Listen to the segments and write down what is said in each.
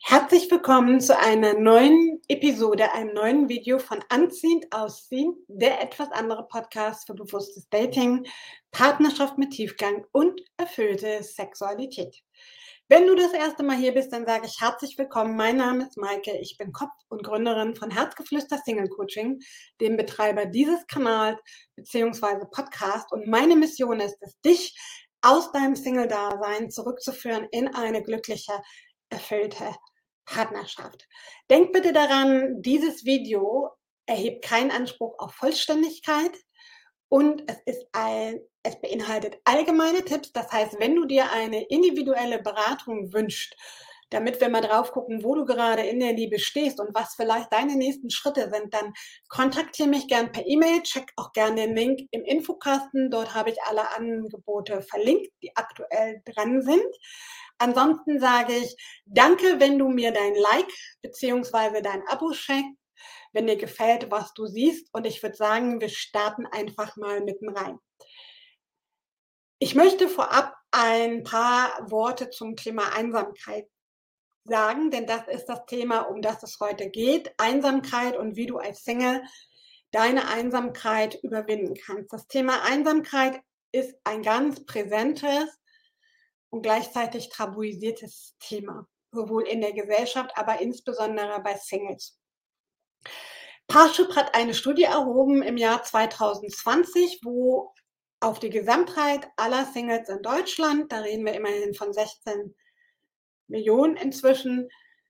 Herzlich willkommen zu einer neuen Episode, einem neuen Video von Anziehend Ausziehen, der etwas andere Podcast für bewusstes Dating, Partnerschaft mit Tiefgang und erfüllte Sexualität. Wenn du das erste Mal hier bist, dann sage ich herzlich willkommen. Mein Name ist Maike. Ich bin Kopf und Gründerin von Herzgeflüster Single Coaching, dem Betreiber dieses Kanals bzw. Podcast. Und meine Mission ist es, dich aus deinem Single-Dasein zurückzuführen in eine glückliche, erfüllte Partnerschaft. Denk bitte daran, dieses Video erhebt keinen Anspruch auf Vollständigkeit und es beinhaltet allgemeine Tipps. Das heißt, wenn du dir eine individuelle Beratung wünschst, damit wir mal drauf gucken, wo du gerade in der Liebe stehst und was vielleicht deine nächsten Schritte sind, dann kontaktiere mich gern per E-Mail, check auch gern den Link im Infokasten. Dort habe ich alle Angebote verlinkt, die aktuell dran sind. Ansonsten sage ich danke, wenn du mir dein Like bzw. dein Abo schenkst, wenn dir gefällt, was du siehst. Und ich würde sagen, wir starten einfach mal mitten rein. Ich möchte vorab ein paar Worte zum Thema Einsamkeit sagen, denn das ist das Thema, um das es heute geht. Einsamkeit und wie du als Single deine Einsamkeit überwinden kannst. Das Thema Einsamkeit ist ein ganz präsentes und gleichzeitig tabuisiertes Thema, sowohl in der Gesellschaft, aber insbesondere bei Singles. Parship hat eine Studie erhoben im Jahr 2020, wo auf die Gesamtheit aller Singles in Deutschland, da reden wir immerhin von 16 Millionen inzwischen,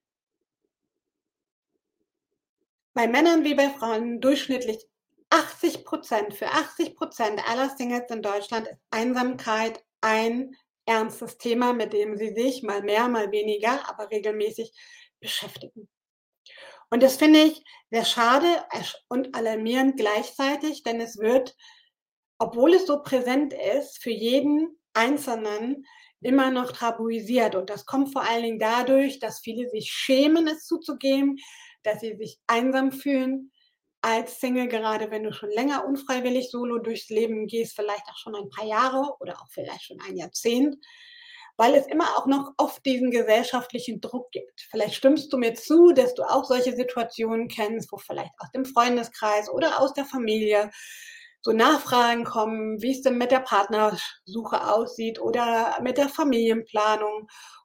bei Männern wie bei Frauen durchschnittlich 80%, für 80% aller Singles in Deutschland ist Einsamkeit ein ernstes Thema, mit dem sie sich mal mehr, mal weniger, aber regelmäßig beschäftigen. Und das finde ich sehr schade und alarmierend gleichzeitig, denn es wird, obwohl es so präsent ist, für jeden Einzelnen immer noch tabuisiert. Und das kommt vor allen Dingen dadurch, dass viele sich schämen, es zuzugeben, dass sie sich einsam fühlen als Single, gerade wenn du schon länger unfreiwillig solo durchs Leben gehst, vielleicht auch schon ein paar Jahre oder auch vielleicht schon ein Jahrzehnt, weil es immer auch noch oft diesen gesellschaftlichen Druck gibt. Vielleicht stimmst du mir zu, dass du auch solche Situationen kennst, wo vielleicht aus dem Freundeskreis oder aus der Familie so Nachfragen kommen, wie es denn mit der Partnersuche aussieht oder mit der Familienplanung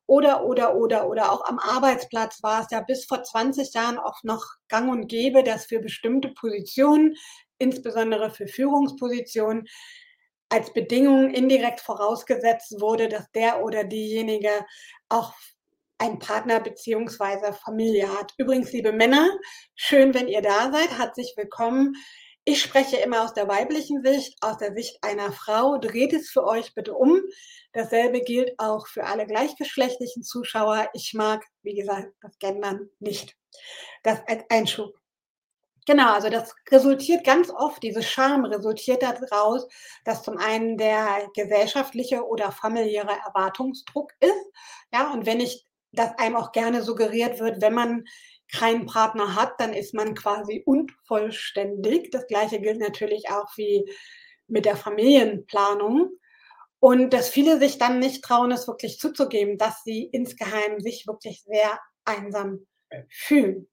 oder auch am Arbeitsplatz war es ja bis vor 20 Jahren auch noch gang und gäbe, dass für bestimmte Positionen, insbesondere für Führungspositionen, als Bedingung indirekt vorausgesetzt wurde, dass der oder diejenige auch einen Partner beziehungsweise Familie hat. Übrigens, liebe Männer, schön, wenn ihr da seid. Herzlich willkommen. Ich spreche immer aus der weiblichen Sicht, aus der Sicht einer Frau. Dreht es für euch bitte um. Dasselbe gilt auch für alle gleichgeschlechtlichen Zuschauer. Ich mag, wie gesagt, das Gendern nicht. Das als Einschub. Genau, also das resultiert ganz oft, diese Scham resultiert daraus, dass zum einen der gesellschaftliche oder familiäre Erwartungsdruck ist, ja, und wenn ich dass einem auch gerne suggeriert wird, wenn man keinen Partner hat, dann ist man quasi unvollständig. Das Gleiche gilt natürlich auch wie mit der Familienplanung. Und dass viele sich dann nicht trauen, es wirklich zuzugeben, dass sie insgeheim sich wirklich sehr einsam fühlen.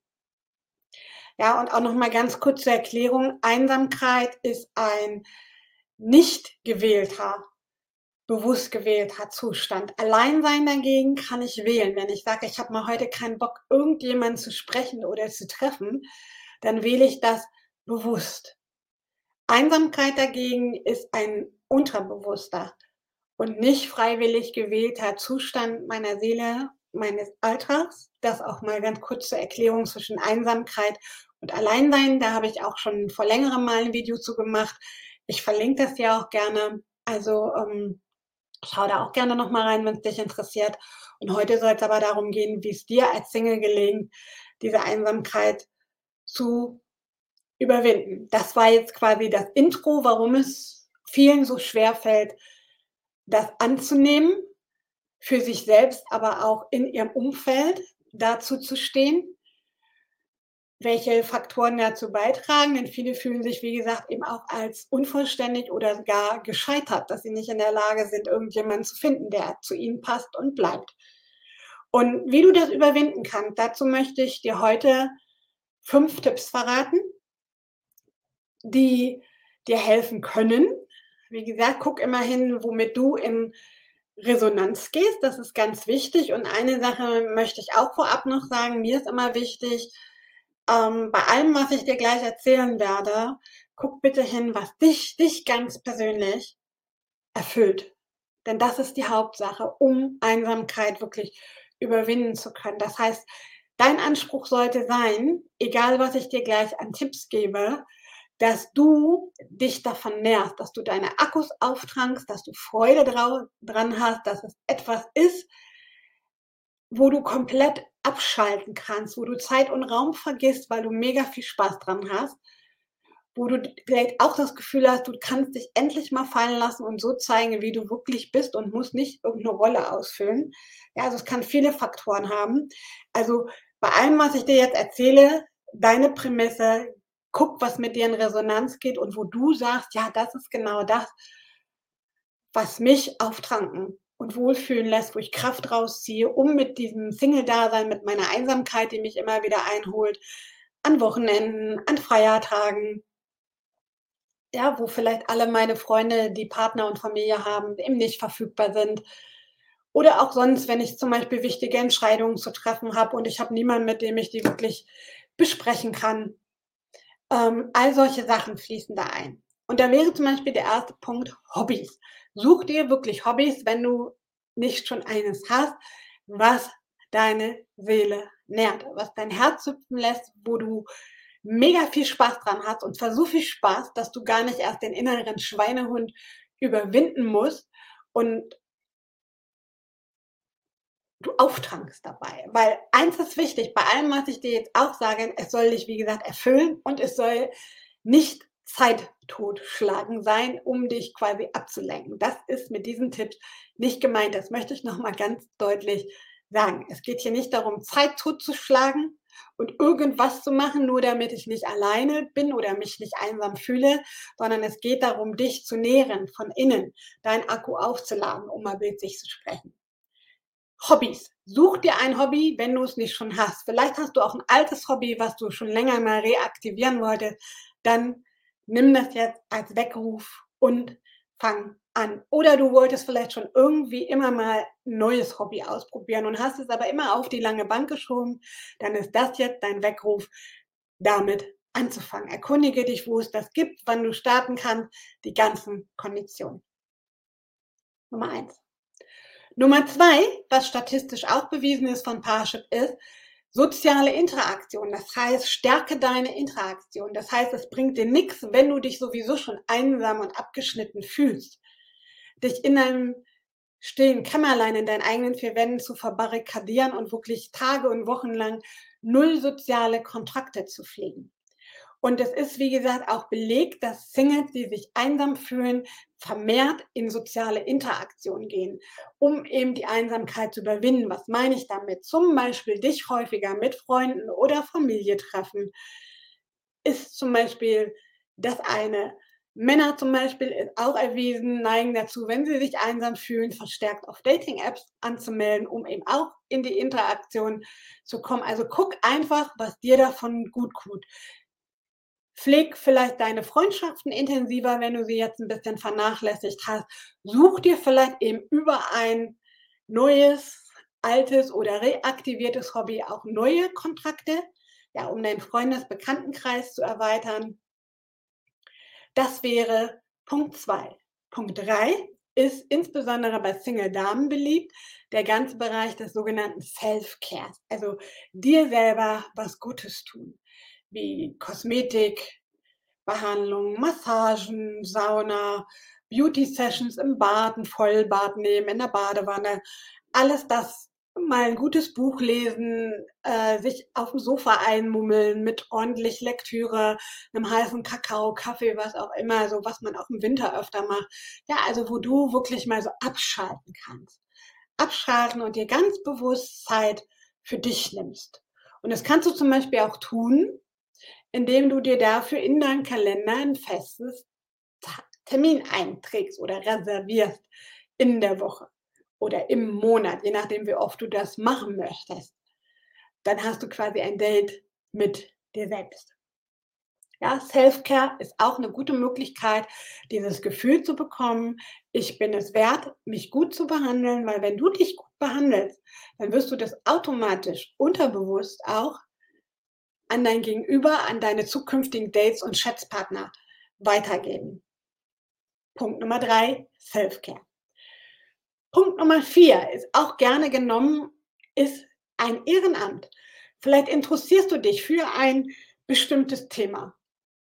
Ja, und auch noch mal ganz kurz zur Erklärung: Einsamkeit ist ein nicht gewählter, bewusst gewählter Zustand. Alleinsein dagegen kann ich wählen. Wenn ich sage, ich habe mal heute keinen Bock, irgendjemanden zu sprechen oder zu treffen, dann wähle ich das bewusst. Einsamkeit dagegen ist ein unterbewusster und nicht freiwillig gewählter Zustand meiner Seele, meines Alltags. Das auch mal ganz kurz zur Erklärung zwischen Einsamkeit und Alleinsein. Da habe ich auch schon vor Längerem mal ein Video zu gemacht. Ich verlinke das ja auch gerne. Also, schau da auch gerne noch mal rein, wenn es dich interessiert. Und heute soll es aber darum gehen, wie es dir als Single gelingt, diese Einsamkeit zu überwinden. Das war jetzt quasi das Intro, warum es vielen so schwer fällt, das anzunehmen, für sich selbst, aber auch in ihrem Umfeld dazu zu stehen, welche Faktoren dazu beitragen, denn viele fühlen sich, wie gesagt, eben auch als unvollständig oder gar gescheitert, dass sie nicht in der Lage sind, irgendjemanden zu finden, der zu ihnen passt und bleibt. Und wie du das überwinden kannst, dazu möchte ich dir heute 5 Tipps verraten, die dir helfen können. Wie gesagt, guck immer hin, womit du in Resonanz gehst. Das ist ganz wichtig. Und eine Sache möchte ich auch vorab noch sagen, mir ist immer wichtig, bei allem, was ich dir gleich erzählen werde, guck bitte hin, was dich ganz persönlich erfüllt. Denn das ist die Hauptsache, um Einsamkeit wirklich überwinden zu können. Das heißt, dein Anspruch sollte sein, egal was ich dir gleich an Tipps gebe, dass du dich davon nährst, dass du deine Akkus auftankst, dass du Freude dran hast, dass es etwas ist, wo du komplett abschalten kannst, wo du Zeit und Raum vergisst, weil du mega viel Spaß dran hast, wo du vielleicht auch das Gefühl hast, du kannst dich endlich mal fallen lassen und so zeigen, wie du wirklich bist und musst nicht irgendeine Rolle ausfüllen. Ja, also es kann viele Faktoren haben. Also bei allem, was ich dir jetzt erzähle, deine Prämisse, guck, was mit dir in Resonanz geht und wo du sagst, ja, das ist genau das, was mich auftanken und wohlfühlen lässt, wo ich Kraft rausziehe, um mit diesem Single-Dasein, mit meiner Einsamkeit, die mich immer wieder einholt, an Wochenenden, an Feiertagen, ja, wo vielleicht alle meine Freunde, die Partner und Familie haben, eben nicht verfügbar sind. Oder auch sonst, wenn ich zum Beispiel wichtige Entscheidungen zu treffen habe und ich habe niemanden, mit dem ich die wirklich besprechen kann. All solche Sachen fließen da ein. Und da wäre zum Beispiel der erste Punkt Hobbys. Such dir wirklich Hobbys, wenn du nicht schon eines hast, was deine Seele nährt, was dein Herz hüpfen lässt, wo du mega viel Spaß dran hast und zwar so viel Spaß, dass du gar nicht erst den inneren Schweinehund überwinden musst und du auftankst dabei. Weil eins ist wichtig, bei allem, was ich dir jetzt auch sage, es soll dich, wie gesagt, erfüllen und es soll nicht Zeit totschlagen sein, um dich quasi abzulenken. Das ist mit diesen Tipps nicht gemeint. Das möchte ich noch mal ganz deutlich sagen. Es geht hier nicht darum, Zeit totzuschlagen und irgendwas zu machen, nur damit ich nicht alleine bin oder mich nicht einsam fühle, sondern es geht darum, dich zu nähren von innen, deinen Akku aufzuladen, um mal bildlich zu sprechen. Hobbys. Such dir ein Hobby, wenn du es nicht schon hast. Vielleicht hast du auch ein altes Hobby, was du schon länger mal reaktivieren wolltest. Dann nimm das jetzt als Weckruf und fang an. Oder du wolltest vielleicht schon irgendwie immer mal 'n neues Hobby ausprobieren und hast es aber immer auf die lange Bank geschoben. Dann ist das jetzt dein Weckruf, damit anzufangen. Erkundige dich, wo es das gibt, wann du starten kannst, die ganzen Konditionen. Nummer eins. Nummer 2, was statistisch auch bewiesen ist von Parship, ist soziale Interaktion. Das heißt, stärke deine Interaktion. Das heißt, es bringt dir nichts, wenn du dich sowieso schon einsam und abgeschnitten fühlst, dich in einem stillen Kämmerlein in deinen eigenen 4 Wänden zu verbarrikadieren und wirklich Tage und Wochen lang null soziale Kontakte zu pflegen. Und es ist, wie gesagt, auch belegt, dass Singles, die sich einsam fühlen, vermehrt in soziale Interaktion gehen, um eben die Einsamkeit zu überwinden. Was meine ich damit? Zum Beispiel dich häufiger mit Freunden oder Familie treffen. Ist zum Beispiel das eine. Männer zum Beispiel ist auch erwiesen, neigen dazu, wenn sie sich einsam fühlen, verstärkt auf Dating-Apps anzumelden, um eben auch in die Interaktion zu kommen. Also guck einfach, was dir davon gut tut. Pfleg vielleicht deine Freundschaften intensiver, wenn du sie jetzt ein bisschen vernachlässigt hast. Such dir vielleicht eben über ein neues, altes oder reaktiviertes Hobby auch neue Kontakte, ja, um deinen Freundes-Bekanntenkreis zu erweitern. Das wäre Punkt 2. Punkt 3 ist insbesondere bei Single-Damen beliebt, der ganze Bereich des sogenannten Self-Cares, also dir selber was Gutes tun, wie Kosmetik, Behandlungen, Massagen, Sauna, Beauty-Sessions im Bad, 'n Vollbad nehmen, in der Badewanne. Alles das, mal 'n gutes Buch lesen, sich aufm Sofa einmummeln mit ordentlich Lektüre, 'nem heißen Kakao, Kaffee, was auch immer, so was man auch im Winter öfter macht. Ja, also wo du wirklich mal so abschalten kannst. Abschalten und dir ganz bewusst Zeit für dich nimmst. Und das kannst du zum Beispiel auch tun, indem du dir dafür in deinen Kalender ein festes Ta Termin einträgst oder reservierst in der Woche. oder im Monat, je nachdem, wie oft du das machen möchtest, dann hast du quasi ein Date mit dir selbst. Ja, Self-Care ist auch eine gute Möglichkeit, dieses Gefühl zu bekommen: „Ich bin es wert, mich gut zu behandeln“, weil wenn du dich gut behandelst, dann wirst du das automatisch unterbewusst auch an dein Gegenüber, an deine zukünftigen Dates und Schätzpartner weitergeben. Punkt Nummer 3: Self-Care. Punkt Nummer 4 ist auch gerne genommen, ist ein Ehrenamt. Vielleicht interessierst du dich für ein bestimmtes Thema,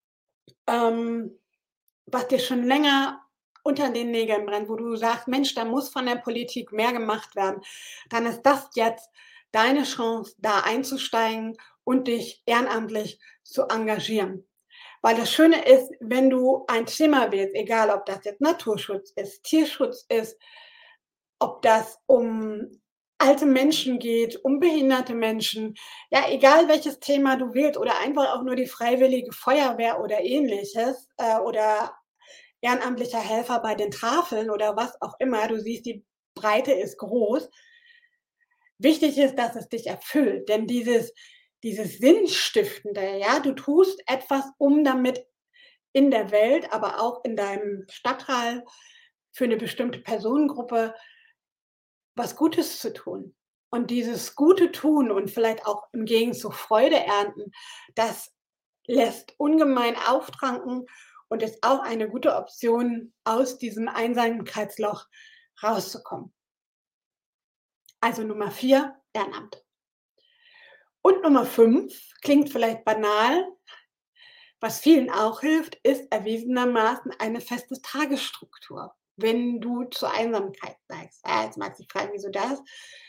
ähm, was dir schon länger unter den Nägeln brennt, wo du sagst: „Mensch, da muss von der Politik mehr gemacht werden.“ Dann ist das jetzt deine Chance, da einzusteigen und dich ehrenamtlich zu engagieren. Weil das Schöne ist, wenn du ein Thema wählst, egal ob das jetzt Naturschutz ist, Tierschutz ist, ob das um alte Menschen geht, um behinderte Menschen, ja, egal welches Thema du wählst oder einfach auch nur die Freiwillige Feuerwehr oder Ähnliches, oder ehrenamtlicher Helfer bei den Tafeln oder was auch immer. Du siehst, die Breite ist groß. Wichtig ist, dass es dich erfüllt, denn dieses Sinnstiftende, ja, du tust etwas, um damit in der Welt, aber auch in deinem Stadtteil für eine bestimmte Personengruppe was Gutes zu tun. Und dieses gute Tun und vielleicht auch im Gegenzug Freude ernten, das lässt ungemein auftranken und ist auch eine gute Option, aus diesem Einsamkeitsloch rauszukommen. Also Nummer 4 Ehrenamt. Und Nummer 5 klingt vielleicht banal, was vielen auch hilft, ist erwiesenermaßen eine feste Tagesstruktur, wenn du zur Einsamkeit neigst. Ja, jetzt magst du dich fragen: „Wieso das?“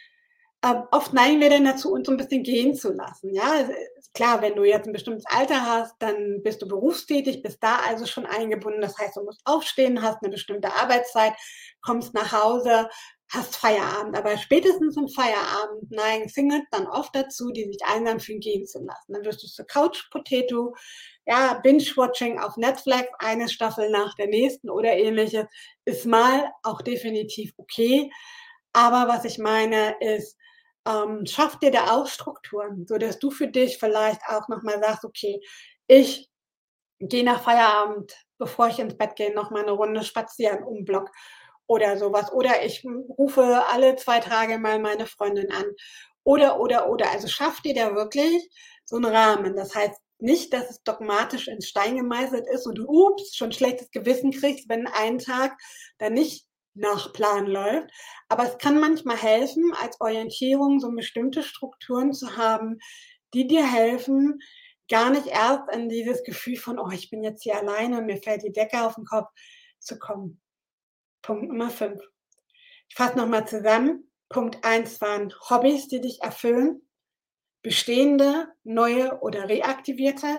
Oft neigen wir dann dazu, uns so 'n bisschen gehen zu lassen, ja? Ist klar, wenn du jetzt 'n bestimmtes Alter hast, dann bist du berufstätig, bist da also schon eingebunden. Das heißt, du musst aufstehen, hast 'ne bestimmte Arbeitszeit, kommst nach Hause, hast Feierabend. Aber spätestens im Feierabend neigen Singles dann oft dazu, die sich einsam fühlen, gehen zu lassen. Dann wirst du zur Couch Potato, ja, Binge-Watching auf Netflix, eine Staffel nach der nächsten oder Ähnliches, ist mal auch definitiv okay. Aber was ich meine, ist, schaff dir da auch Strukturen, sodass du für dich vielleicht auch noch mal sagst: „Okay, ich gehe nach Feierabend, bevor ich ins Bett gehe, noch mal 'ne Runde spazieren um 'n Block“ oder so was. Oder ich, rufe alle 2 Tage mal meine Freundin an. Oder. Also, schaff dir da wirklich so 'n Rahmen. Das heißt nicht, dass es dogmatisch in Stein gemeißelt ist und du, schon schlechtes Gewissen kriegst, wenn ein Tag dann nicht nach Plan läuft. Aber es kann manchmal helfen, als Orientierung so bestimmte Strukturen zu haben, die dir helfen, gar nicht erst in dieses Gefühl von: „Oh, ich bin jetzt hier alleine und mir fällt die Decke auf den Kopf“, zu kommen. Punkt Nummer 5. Ich fasse noch mal zusammen. Punkt 1 waren Hobbys, die dich erfüllen, bestehende, neue oder reaktivierte.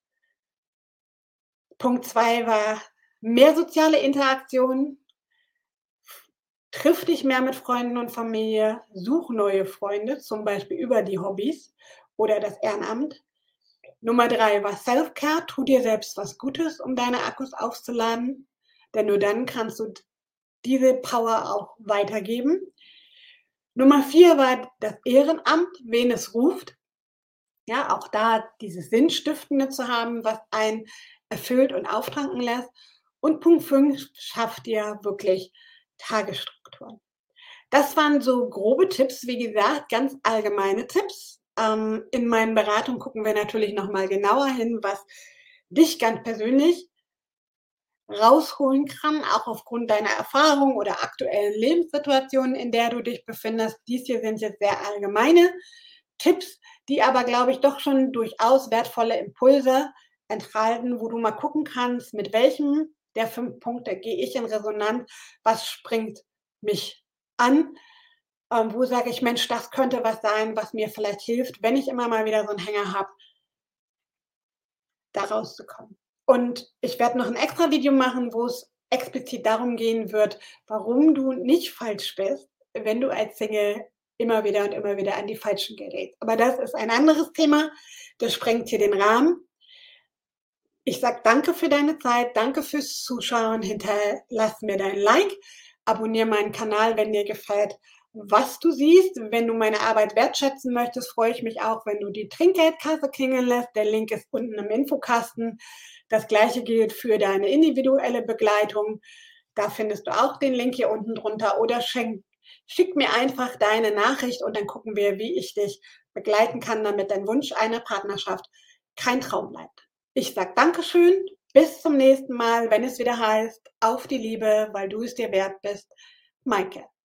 Punkt 2 war mehr soziale Interaktion. Triff dich mehr mit Freunden und Familie, such neue Freunde, zum Beispiel über die Hobbys oder das Ehrenamt. Nummer 3 war Self-Care, tu dir selbst was Gutes, um deine Akkus aufzuladen, denn nur dann kannst du diese Power auch weitergeben. Nummer 4 war das Ehrenamt, wen es ruft. Ja, auch da dieses Sinnstiftende zu haben, was einen erfüllt und auftanken lässt. Und Punkt 5 schafft dir wirklich Tagesstrukturen. Das waren so grobe Tipps, wie gesagt, ganz allgemeine Tipps. In meinen Beratungen gucken wir natürlich noch mal genauer hin, was dich ganz persönlich rausholen kann, auch aufgrund deiner Erfahrung oder aktuellen Lebenssituation, in der du dich befindest. Dies hier sind jetzt sehr allgemeine Tipps, die aber, glaube ich, doch schon durchaus wertvolle Impulse enthalten, wo du mal gucken kannst, mit welchem der 5 Punkte gehe ich in Resonanz, was springt mich an, wo sage ich: „Mensch, das könnte was sein, was mir vielleicht hilft, wenn ich immer mal wieder so 'n Hänger habe, da rauszukommen.“ Und ich werde noch 'n extra Video machen, wo es explizit darum gehen wird, warum du nicht falsch bist, wenn du als Single immer wieder und immer wieder an die Falschen gerätst. Aber das ist ein anderes Thema, das sprengt hier den Rahmen. Ich sage danke für deine Zeit, danke fürs Zuschauen, hinterlass mir dein Like, Abonniere meinen Kanal, wenn dir gefällt, was du siehst. Wenn du meine Arbeit wertschätzen möchtest, freue ich mich auch, wenn du die Trinkgeldkasse klingeln lässt. Der Link ist unten im Infokasten. Das Gleiche gilt für deine individuelle Begleitung. Da findest du auch den Link hier unten drunter oder schick mir einfach deine Nachricht und dann gucken wir, wie ich dich begleiten kann, damit dein Wunsch einer Partnerschaft kein Traum bleibt. Ich sage Dankeschön, bis zum nächsten Mal, wenn es wieder heißt, auf die Liebe, weil du es dir wert bist. Maike.